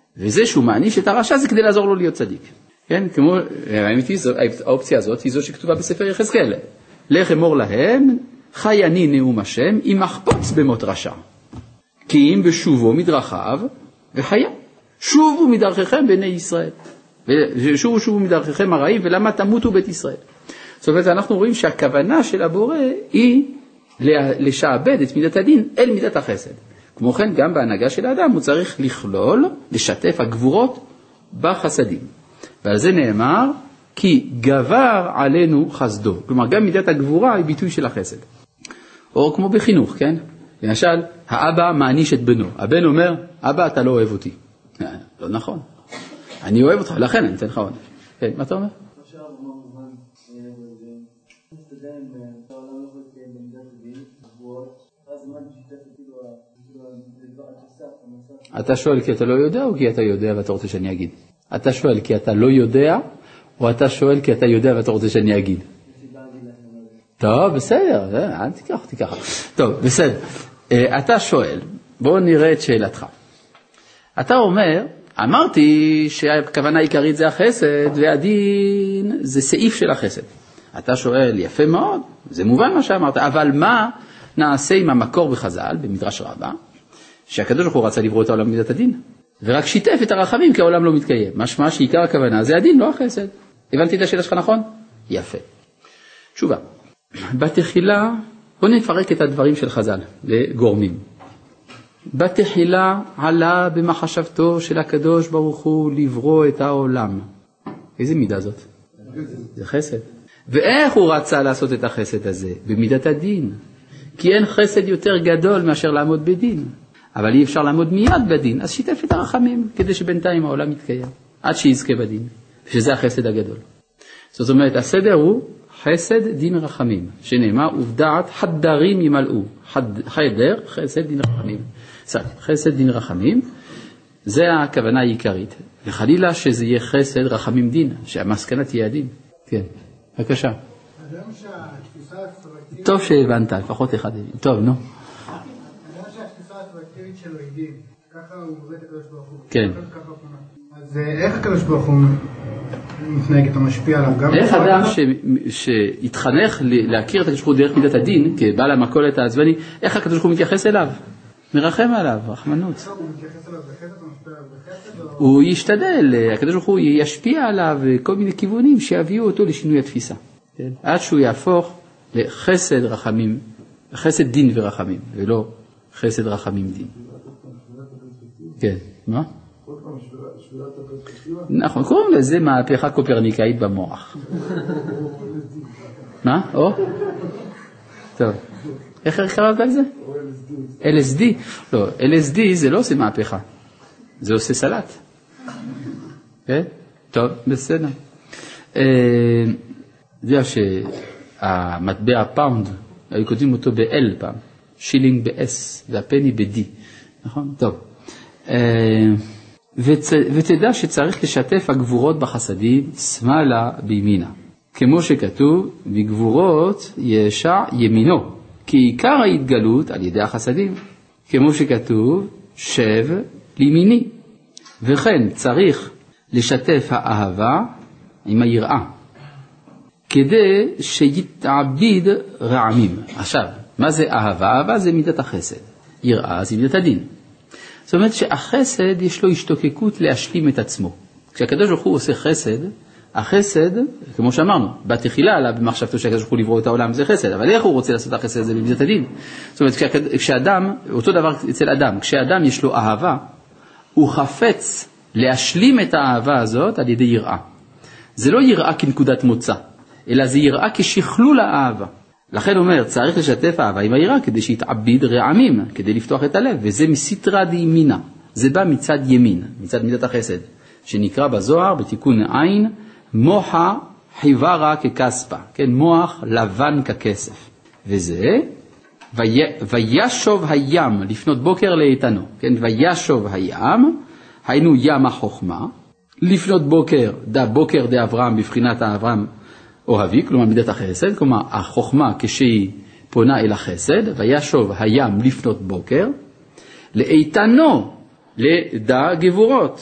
S1: וזה שהוא מעניש את הרשע זה כדי לעזור לו להיות צדיק. כן, כמו, האמת היא, האופציה הזאת היא זו שכתובה בספר יחזקאל. לך אמור להם, חי אני נאום השם, אם אחפוץ במות רשע. כי אם בשובו מדרכיו וחיה. שובו מדרכיכם בני ישראל. שובו שובו מדרכיכם הרעים, ולמה תמותו בית ישראל. זאת אומרת, אנחנו רואים שהכוונה של הבורא היא לשעבד את מידת הדין אל מידת החסד. כמו כן, גם בהנהגה של האדם הוא צריך לכלול, לשתף הגבורות בחסדים. ועל זה נאמר, כי גבר עלינו חסדו. כלומר, גם מידת הגבורה היא ביטוי של החסד. או כמו בחינוך, כן? למשל, האבא מעניש את בנו. הבן אומר, אבא, אתה לא אוהב אותי. לא נכון. אני אוהב אותך, לכן אני אתן לך עונש. כן, מה אתה אומר? אתה שואל כי אתה לא יודע או כי אתה יודע ואתה רוצה שאני אגיד? אתה שואל כי אתה לא יודע או אתה שואל כי אתה יודע ואתה רוצה שאני אגיד? טוב, בסדר, אל תיקח, תיקח. טוב, בסדר. אתה שואל, בואו נראה את שאלתך. אתה אומר, אמרתי שהכוונה העיקרית זה החסד והדין זה סעיף של החסד. אתה שואל, יפה מאוד, זה מובן מה שאמרת, אבל מה נעשה עם המקור בחז"ל, במדרש רבה, שהקדוש ברוך הוא רצה לברוא את העולם במידת הדין, ורק שיתף את הרחמים כי העולם לא מתקיים. משמע שעיקר הכוונה זה הדין, לא החסד. הבנתי את השאלה שלך נכון? יפה. תשובה. בתחילה, בוא נפרק את הדברים של חז"ל לגורמים. בתחילה עלה במחשבתו של הקדוש ברוך הוא לברוא את העולם. איזה מידה זאת? זה חסד. ואיך הוא רצה לעשות את החסד הזה? במידת הדין. כי אין חסד יותר גדול מאשר לעמוד בדין. אבל אי אפשר לעמוד מיד בדין, אז שיתף את הרחמים, כדי שבינתיים העולם יתקיים, עד שיזכה בדין, שזה החסד הגדול. זאת אומרת, הסדר הוא חסד דין רחמים, שנאמר, ובדעת חדרים ימלאו, חד, חדר, חסד דין רחמים. חסד דין רחמים, זה הכוונה העיקרית. וחלילה שזה יהיה חסד רחמים דין, שהמסקנה תהיה הדין. כן, בבקשה. טוב שהבנת, לפחות אחד. טוב, נו.
S4: שלו ידין, ככה הוא רואה את הקדוש ברוך הוא.
S1: כן.
S4: אז איך הקדוש ברוך הוא מתנהג, אתה משפיע עליו?
S1: איך אדם שהתחנך להכיר את הקדוש ברוך הוא דרך מידת הדין, כבעל המכולת העצבני, איך הקדוש ברוך הוא מתייחס אליו? מרחם עליו, רחמנות.
S4: הוא מתייחס אליו בחסד, הוא משפיע עליו בחסד?
S1: הוא ישתדל, הקדוש ברוך הוא ישפיע עליו כל מיני כיוונים שיביאו אותו לשינוי התפיסה. עד שהוא יהפוך לחסד רחמים, חסד דין ורחמים, ולא חסד רחמים דין. כן, מה? נכון, קוראים לזה מהפכה קופרניקאית במוח. מה? או? טוב. איך קראת לזה? אל אס די. לא, אל אס די זה לא עושה מהפכה. זה עושה סלט. כן? טוב, בסדר. זה יודע שהמטבע פאונד, היו כותבים אותו ב-L פעם. שילינג ב-S, והפני ב-D. נכון? טוב. ותדע שצריך לשתף הגבורות בחסדים, שמאלה בימינה. כמו שכתוב, בגבורות ישע ימינו, כי עיקר ההתגלות על ידי החסדים. כמו שכתוב, שב לימיני. וכן צריך לשתף האהבה עם היראה, כדי שיתעביד רעמים. עכשיו, מה זה אהבה? אהבה זה מידת החסד. יראה זה מידת הדין. זאת אומרת שהחסד יש לו השתוקקות להשלים את עצמו. כשהקדוש ברוך הוא עושה חסד, החסד, כמו שאמרנו, בתחילה עלה במחשבתו שהקדוש ברוך הוא לברוא את העולם זה חסד, אבל איך הוא רוצה לעשות את החסד? זה במידת הדין. זאת אומרת, כשאדם, אותו דבר אצל אדם, כשאדם יש לו אהבה, הוא חפץ להשלים את האהבה הזאת על ידי יראה. זה לא יראה כנקודת מוצא, אלא זה יראה כשכלול האהבה. לכן אומר, צריך לשתף אהבה עם היראה כדי שיתעביד רעמים, כדי לפתוח את הלב, וזה מסתרא דימינה. זה בא מצד ימין, מצד מידת החסד, שנקרא בזוהר בתיקון עין, מוחה חיוורה ככספה, כן, מוח לבן ככסף. וזה, וישוב הים, לפנות בוקר לאיתנו, כן, וישוב הים, היינו ים החוכמה, לפנות בוקר, דה בוקר דה אברהם, בבחינת האברהם, אוהבי, כלומר מידת החסד, כלומר החוכמה כשהיא פונה אל החסד, וישוב הים לפנות בוקר, לאיתנו, לדע גבורות,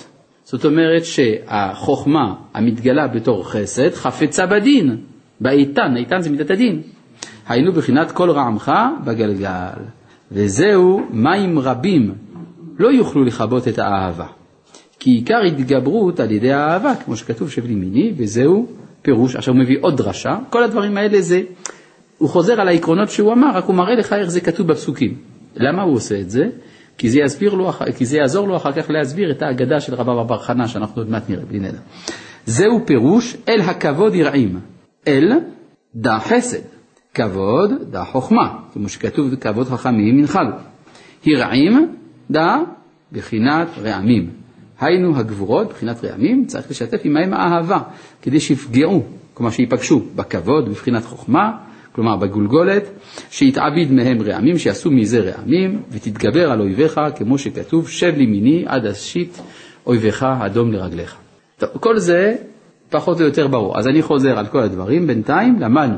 S1: זאת אומרת שהחוכמה המתגלה בתור חסד חפצה בדין, באיתן, איתן זה מידת הדין. היינו בחינת כל רעמך בגלגל, וזהו מים רבים לא יוכלו לכבות את האהבה, כי עיקר התגברות על ידי האהבה, כמו שכתוב שב לימיני, וזהו פירוש. עכשיו הוא מביא עוד דרשה, כל הדברים האלה זה, הוא חוזר על העקרונות שהוא אמר, רק הוא מראה לך איך זה כתוב בפסוקים. למה הוא עושה את זה? כי זה, יסביר לו, כי זה יעזור לו אחר כך להסביר את ההגדה של רבא בר חנא, שאנחנו עוד מעט נראה, בלי נדע. זהו פירוש אל הכבוד ירעים, אל דע חסד, כבוד דע חוכמה, כמו שכתוב כבוד חכמים ינחלו. ירעים דע בחינת רעמים, היינו הגבורות בחינת רעמים, צריך לשתף עמהם האהבה, כדי שיפגעו, כלומר שיפגשו בכבוד בבחינת חוכמה, כלומר בגולגולת, שיתעביד מהם רעמים, שיעשו מזה רעמים, ותתגבר על אויביך, כמו שכתוב, שב לימיני עד אשית אויביך אדום לרגליך. טוב, כל זה פחות או יותר ברור. אז אני חוזר על כל הדברים. בינתיים למדנו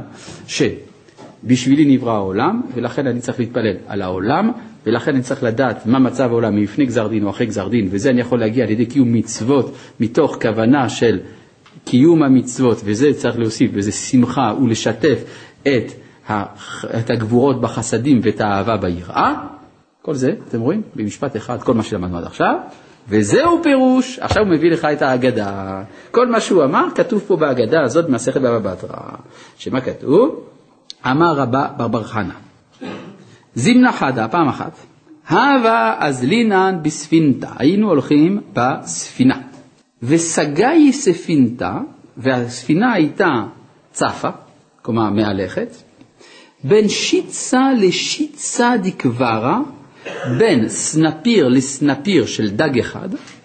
S1: שבשבילי נברא העולם, ולכן אני צריך להתפלל על העולם, ולכן אני צריך לדעת מה מצב העולם מלפני גזר דין או אחרי גזר דין, וזה אני יכול להגיע על ידי קיום מצוות, מתוך כוונה של קיום המצוות, וזה צריך להוסיף, וזה שמחה ולשתף את, ה, את הגבורות בחסדים ואת האהבה ביראה. כל זה, אתם רואים? במשפט אחד, כל מה שלמדנו עד עכשיו. וזהו פירוש, עכשיו הוא מביא לך את ההגדה. כל מה שהוא אמר כתוב פה בהגדה הזאת במסכת בבא בתרא. שמה כתוב? אמר רבא בר בר חנא, זימנה חדה, פעם אחת, הווה אזלינן בספינתה, היינו הולכים בספינה, וסגאי ספינתה, והספינה הייתה צפה, כלומר מהלכת, בין שיצה לשיצה דקברה, בין סנפיר לסנפיר של דג אחד,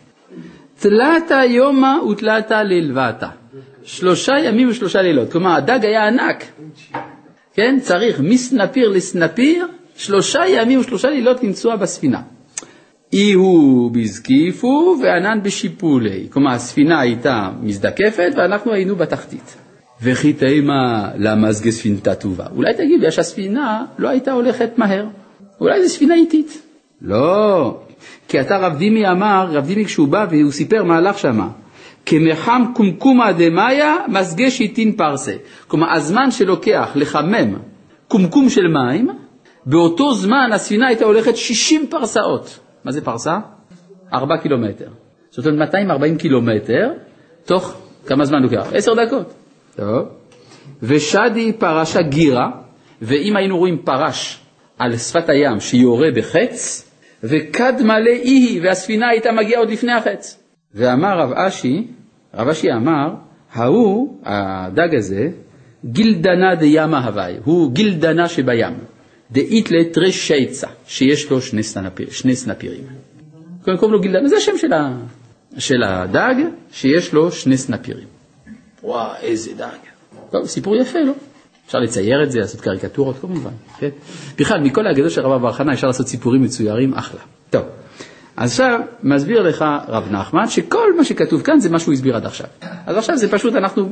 S1: תלתה יומה ותלתה ללבתה, שלושה ימים ושלושה לילות, כלומר הדג היה ענק, כן, צריך מסנפיר לסנפיר, שלושה ימים ושלושה לילות למצוא בספינה. אי הוא בזקיפו וענן בשיפולי, כלומר הספינה הייתה מזדקפת ואנחנו היינו בתחתית. וכי תימה למזגי ספינתה טובה. אולי תגיד לי שהספינה לא הייתה הולכת מהר, אולי זו ספינה איטית. לא, כי אתה רב דימי אמר, רב דימי כשהוא בא והוא סיפר מה הלך שמה, כמחם קומקומה דמאיה מזגי שיטין פרסה. כלומר הזמן שלוקח לחמם קומקום של מים, באותו זמן הספינה הייתה הולכת שישים פרסאות. מה זה פרסה? ארבע קילומטר. זאת אומרת מאתיים וארבעים קילומטר, תוך כמה זמן לוקח? עשר דקות. טוב. ושדי פרשה גירה, ואם היינו רואים פרש על שפת הים שיורה בחץ, וכד מלא איהי, והספינה הייתה מגיעה עוד לפני החץ. ואמר רב אשי, רב אשי אמר, ההוא, הדג הזה, גילדנה דימה הוואי, הוא גילדנה שבים, דאית לתרש שייצה, שיש לו שני, סנפיר, שני סנפירים. קודם קוראים לו גילדנה, זה השם של, ה, של הדג, שיש לו שני סנפירים. וואו, איזה דג. טוב, סיפור יפה, לא? אפשר לצייר את זה, לעשות קריקטורות, כל מיני. כן? בכלל, מכל ההגדות של רבא בר חנא אפשר לעשות סיפורים מצוירים, אחלה. טוב, אז עכשיו מסביר לך רב נחמן, שכל מה שכתוב כאן זה מה שהוא הסביר עד עכשיו. אז עכשיו זה פשוט, אנחנו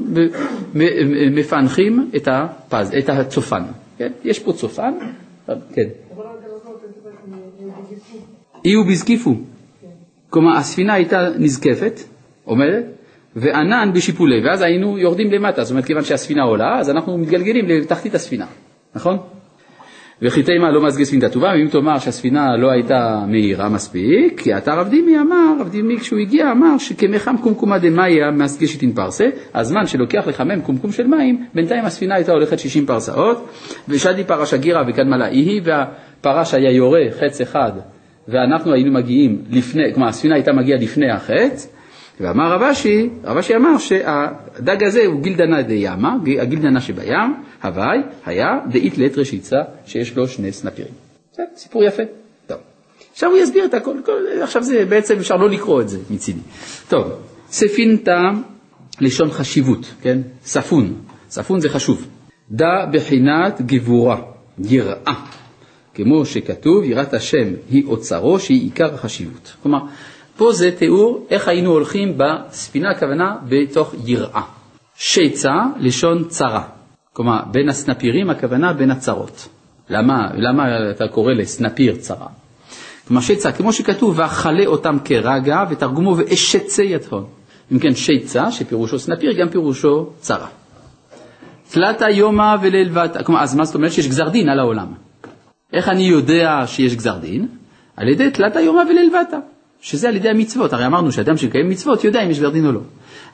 S1: מפענחים את, הפז, את הצופן. כן? יש פה צופן. כן. אי הוא בזקיפו. כלומר, הספינה הייתה נזקפת, עומדת, וענן בשיפולי, ואז היינו יורדים למטה, זאת אומרת, כיוון שהספינה עולה, אז אנחנו מתגלגלים לתחתית הספינה, נכון? וחיתי מה לא מזגי ספינתה טובה, ואם תאמר שהספינה לא הייתה מהירה מספיק, כי אתה רב דימי אמר, רב דימי כשהוא הגיע אמר, שכמחם קומקומה דמאיה מזגי שיטין פרסה, הזמן שלוקח לחמם קומקום של מים, בינתיים הספינה הייתה הולכת שישים פרסאות, ושדי פרש הגירה וכד מלאיהי, והפרש היה יורה חץ אחד, ואנחנו היינו מגיעים לפני, כלומר הספינה הייתה מגיעה לפני החץ, ואמר רב אשי, רב אשי אמר שהדג הזה הוא גילדנה דימה, הגילדנה שבים, הוואי, היה דאית לית רשיצה שיש לו שני סנפירים. זה סיפור יפה. טוב. עכשיו הוא יסביר את הכל, עכשיו זה בעצם אפשר לא לקרוא את זה מצידי. טוב, ספינתה לשון חשיבות, כן? ספון, ספון זה חשוב. דע בחינת גבורה, יראה. כמו שכתוב, יראת השם היא אוצרו שהיא עיקר החשיבות. כלומר, פה זה תיאור איך היינו הולכים בספינה, הכוונה בתוך יראה. שיצה, לשון צרה. כלומר, בין הסנפירים, הכוונה בין הצרות. למה, למה אתה קורא לסנפיר צרה? כלומר שיצה, כמו שכתוב, ואכלה אותם כרגע, ותרגומו ואשצה יתהון. אם כן, שיצה, שפירושו סנפיר, גם פירושו צרה. תלתה יומא וללבטה, כלומר, אז מה זאת אומרת שיש גזר דין על העולם? איך אני יודע שיש גזר דין? על ידי תלתה יומא וללבטה, שזה על ידי המצוות. הרי אמרנו שאדם שקיים מצוות יודע אם יש גזר דין או לא.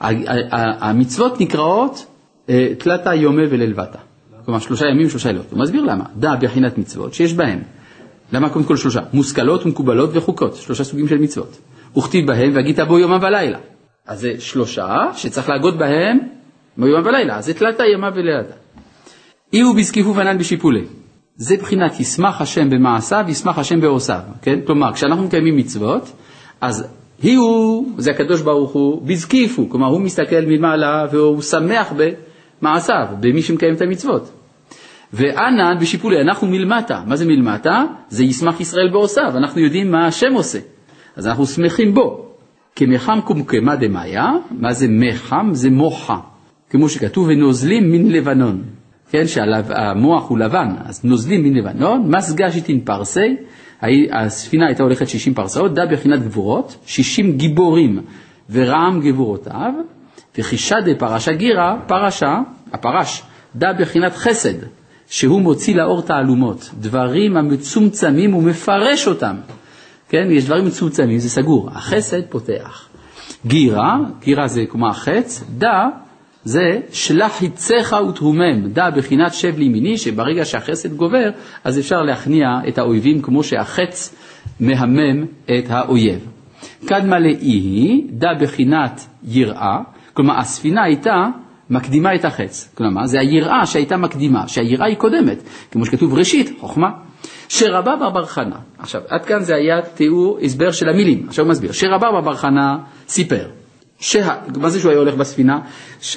S1: המצוות נקראות תלתה יומא וללבטה. כלומר, שלושה ימים, שלושה לילות. הוא מסביר למה. דע בחינת מצוות שיש בהם. למה קודם כל שלושה? מושכלות ומקובלות וחוקות. שלושה סוגים של מצוות. וכתיב בהם והגית בו יומם ולילה. אז זה שלושה שצריך להגות בהם ביומם ולילה. אז זה תלתה יומא ולילתה. אי הוא בזקיפו ונן בשיפולי. זה בחינת ישמח השם במעשיו, ישמח השם בעושיו. כן? כלומר, כשאנחנו מקיימים מצוות, אז היא הוא, זה הקדוש ברוך הוא, בזקיפו. כלומר, הוא מסתכל ממעלה והוא שמח במעשיו, במי שמקיים את המצוות. וענן בשיפולי, אנחנו מלמטה. מה זה מלמטה? זה ישמח ישראל בעושיו. אנחנו יודעים מה השם עושה. אז אנחנו שמחים בו. כמחם קומקמה דמאיה, מה זה מחם? זה מוחה. כמו שכתוב, ונוזלים מן לבנון. כן, שהמוח הוא לבן, אז נוזלים מן לבנון, מסגה שיטין פרסי, הספינה הייתה הולכת שישים פרסאות, דה בחינת גבורות, שישים גיבורים ורעם גבורותיו, וחישה דה פרשה גירה, פרשה, הפרש, דה בחינת חסד, שהוא מוציא לאור תעלומות, דברים המצומצמים ומפרש אותם. כן, יש דברים מצומצמים, זה סגור. החסד פותח. גירה, גירה זה כמו החץ, דה זה שלח יצך ותהומם, דה בחינת שב לימיני, שברגע שהחסד גובר, אז אפשר להכניע את האויבים כמו שהחץ מהמם את האויב. קדמה לאי, דה בחינת יראה, כלומר הספינה הייתה מקדימה את החץ. כלומר, זה היראה שהייתה מקדימה, שהיראה היא קודמת, כמו שכתוב ראשית, חוכמה. שרבה בר חנה, עכשיו, עד כאן זה היה תיאור, הסבר של המילים, עכשיו הוא מסביר, שרבה בר חנה סיפר, שה, מה זה שהוא היה הולך בספינה? ש,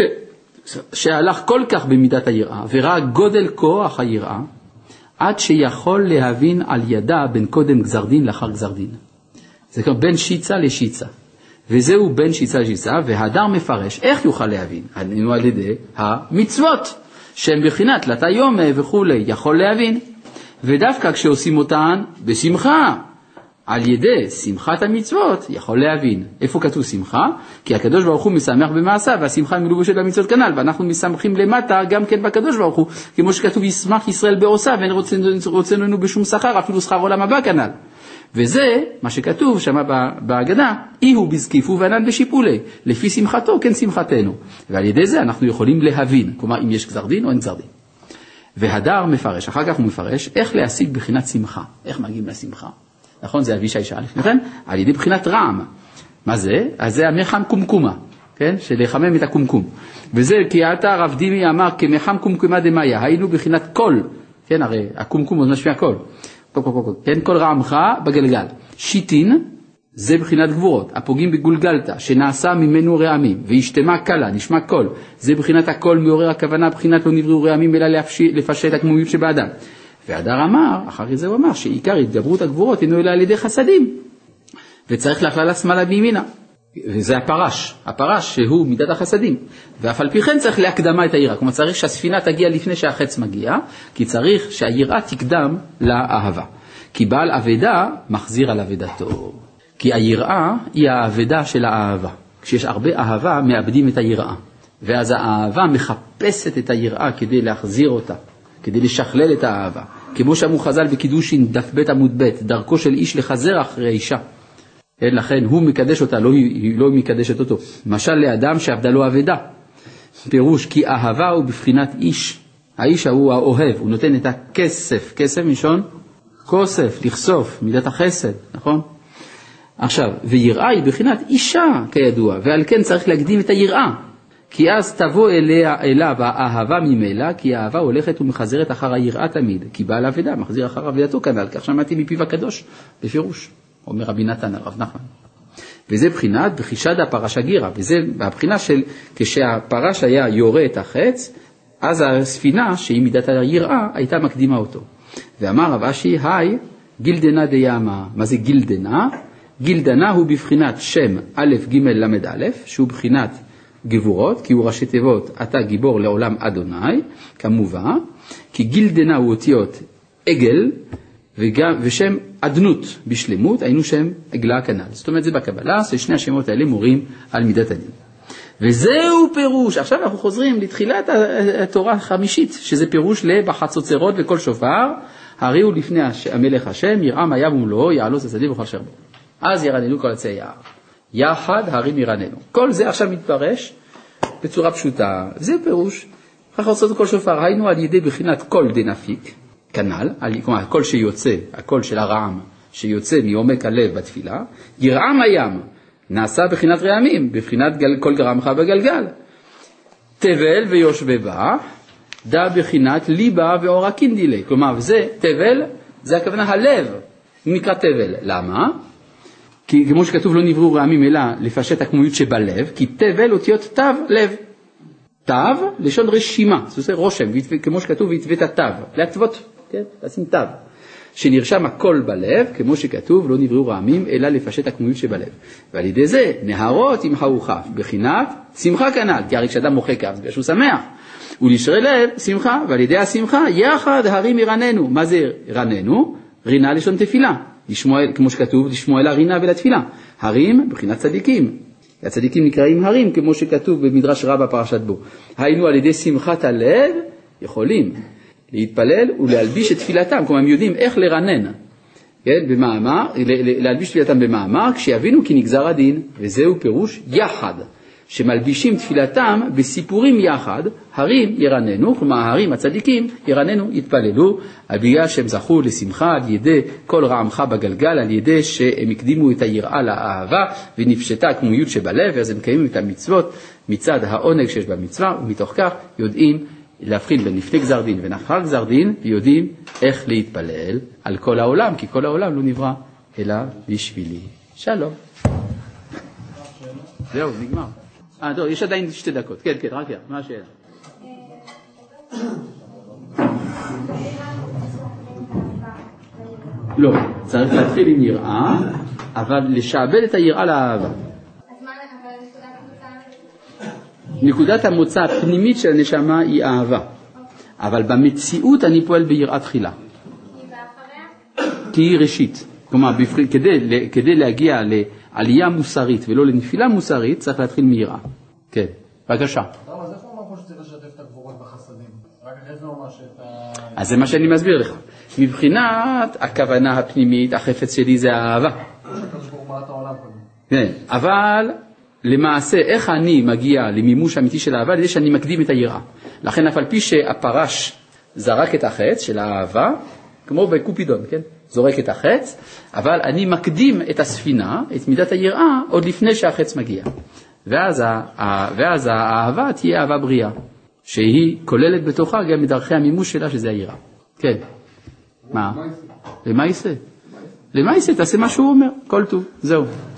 S1: שהלך כל כך במידת היראה, וראה גודל כוח היראה, עד שיכול להבין על ידה בין קודם גזר דין לאחר גזר דין. זה כמו בין שיצה לשיצה. וזהו בין שיצה לשיצה, והדר מפרש, איך יוכל להבין? עלינו על ידי המצוות, שהם בחינת תלתה יומא וכו', יכול להבין. ודווקא כשעושים אותן בשמחה, על ידי שמחת המצוות, יכול להבין. איפה כתוב שמחה? כי הקדוש ברוך הוא משמח במעשה, והשמחה מלובשת במצוות כנ"ל, ואנחנו משמחים למטה גם כן בקדוש ברוך הוא, כמו שכתוב ישמח ישראל בעושיו, ואין רוצה לנו בשום שכר, אפילו שכר עולם הבא כנ"ל. וזה מה שכתוב שם בהגדה, אי הוא בזקיפו וענן בשיפולי, לפי שמחתו כן שמחתנו. ועל ידי זה אנחנו יכולים להבין, כלומר אם יש גזר דין או אין גזר דין. והדר מפרש, אחר כך הוא מפרש, איך להשיג בחינת שמחה. איך מגיעים לשמחה? נכון, זה אבישי שאל לפני כן, על ידי בחינת רעם. מה זה? אז זה המחם קומקומה, כן? שלחמם את הקומקום. וזה כי אתה רב דימי אמר, כמחם קומקומה דמאיה, היינו בחינת קול, כן, הרי הקומקום הוא משמיע קול. כן, כל רעמך בגלגל. שיטין, זה בחינת גבורות, הפוגעים בגולגלתה, שנעשה ממנו רעמים, והשתמה קלה, נשמע קול. זה בחינת הקול מעורר הכוונה, בחינת לא נבראו רעמים, אלא לפשט הקמומיות שבאדם. והדר אמר, אחרי זה הוא אמר, שעיקר התגברות הגבורות אינו אלא על ידי חסדים, וצריך להכללה שמאלה בימינה. וזה הפרש, הפרש שהוא מידת החסדים. ואף על פי כן צריך להקדמה את היראה, כלומר צריך שהספינה תגיע לפני שהחץ מגיע, כי צריך שהיראה תקדם לאהבה. כי בעל אבדה מחזיר על אבדתו. כי היראה היא האבדה של האהבה. כשיש הרבה אהבה מאבדים את היראה. ואז האהבה מחפשת את היראה כדי להחזיר אותה, כדי לשכלל את האהבה. כמו שאמרו חז"ל בקידושין דף ב' עמוד ב', דרכו של איש לחזר אחרי אישה. לכן הוא מקדש אותה, לא, היא לא מקדשת אותו. משל לאדם שעבדה לו אבדה. פירוש כי אהבה הוא בבחינת איש. האיש הוא האוהב, הוא נותן את הכסף. כסף משון? כוסף, לחשוף, מידת החסד, נכון? עכשיו, ויראה היא בבחינת אישה כידוע, ועל כן צריך להקדים את היראה. כי אז תבוא אליה, אליו האהבה ממילא, כי האהבה הולכת ומחזרת אחר היראה תמיד. כי בעל אבדה מחזיר אחר אבדתו כנ"ל, כך שמעתי מפיו הקדוש, בפירוש. אומר רבי נתן הרב נחמן. וזה בחינת בחישת הפרש הגירה, וזה הבחינה של כשהפרש היה יורה את החץ, אז הספינה שהיא מידת היראה הייתה מקדימה אותו. ואמר רב אשי, היי, גילדנה דיימה. מה זה גילדנה? גילדנה הוא בבחינת שם א' ג' למד א', שהוא בחינת גבורות, כי הוא ראשי תיבות, אתה גיבור לעולם אדוני, כמובן, כי גילדנה הוא אותיות עגל, וגם, ושם עדנות בשלמות, היינו שם עגלה כנ"ל. זאת אומרת, זה בקבלה, ששני השמות האלה מורים על מידת הדין. וזהו פירוש, עכשיו אנחנו חוזרים לתחילת התורה החמישית, שזה פירוש לבחצוצרות וכל שופר, הריעו לפני המלך השם, ירעם היה ומלואו, יעלוס השדה וכל אשר בו. אז ירננו כל עצי יער. יחד הרים ירננו. כל זה עכשיו מתפרש בצורה פשוטה. וזה פירוש, בחצוצרות וכל שופר, היינו על ידי בחינת כל דנפיק, כנ"ל, כלומר, הקול שיוצא, הקול של הרעם, שיוצא מעומק הלב בתפילה, ירעם הים, נעשה בחינת רעמים, בחינת גל, כל גרמך בגלגל. תבל ויושבבה, דע בחינת ליבה ואורה קינדילי. כלומר, זה תבל, זה הכוונה הלב, נקרא תבל. למה? כי כמו שכתוב לא נבראו רעמים אלא לפשט הכמויות שבלב, כי תבל אותיות תו לב. תו, לשון רשימה, זאת אומרת רושם, כמו שכתוב והתווית תו, להתוות, כן? לשים תו. שנרשם הכל בלב, כמו שכתוב, לא נבראו רעמים, אלא לפשט הכמויות שבלב. ועל ידי זה, נהרות ימחאו כף, בחינת שמחה כנ"ל, כי הרי כשאדם מוחא כף, זה שהוא שמח. ולשרי לב, שמחה, ועל ידי השמחה, יחד הרים ירננו. מה זה ירננו? רינה לשון תפילה. לשמואל, כמו שכתוב, לשמואל הרינה ולתפילה. הרים, בחינת צדיקים. הצדיקים נקראים הרים, כמו שכתוב במדרש רבה פרשת בו. היינו על ידי שמחת הלב, יכולים להתפלל ולהלביש את תפילתם, כלומר הם יודעים איך לרנן, כן, במאמר, להלביש תפילתם במאמר, כשיבינו כי נגזר הדין, וזהו פירוש יחד, שמלבישים תפילתם בסיפורים יחד, הרים ירננו, כלומר הרים הצדיקים ירננו, יתפללו, בגלל שהם זכו לשמחה על ידי כל רעמך בגלגל, על ידי שהם הקדימו את היראה לאהבה, ונפשטה הכמויות שבלב, אז הם מקיימים את המצוות מצד העונג שיש במצווה, ומתוך כך יודעים להבחין בין לפני גזר דין ונחר גזר דין, ויודעים איך להתפלל על כל העולם, כי כל העולם לא נברא אלא בשבילי. שלום. זהו, נגמר. אה, טוב, יש עדיין שתי דקות. כן, כן, רק יא, מה השאלה? לא, צריך להתחיל עם יראה, אבל לשעבד את היראה לאהבה. נקודת המוצא הפנימית של הנשמה היא אהבה. אבל במציאות אני פועל ביראה תחילה. כי היא ראשית. כלומר, כדי, כדי להגיע לעלייה מוסרית ולא לנפילה מוסרית, צריך להתחיל מיראה. כן, בבקשה.
S2: טוב, אז איפה הוא אמר שצריך לשתף את הגבורות בחסדים? רק אחרי זה ממש את ה...
S1: אז זה מה שאני מסביר לך. מבחינת הכוונה הפנימית, החפץ שלי זה האהבה. כן, אבל... למעשה, איך אני מגיע למימוש אמיתי של האהבה? לזה שאני מקדים את היראה. לכן, אף על פי שהפרש זרק את החץ של האהבה, כמו בקופידון, כן? זורק את החץ, אבל אני מקדים את הספינה, את מידת היראה, עוד לפני שהחץ מגיע. ואז, ואז האהבה תהיה אהבה בריאה, שהיא כוללת בתוכה גם מדרכי המימוש שלה, שזה היראה. כן. מה? למה יעשה? למה יעשה? תעשה מה שהוא אומר, כל טוב, זהו.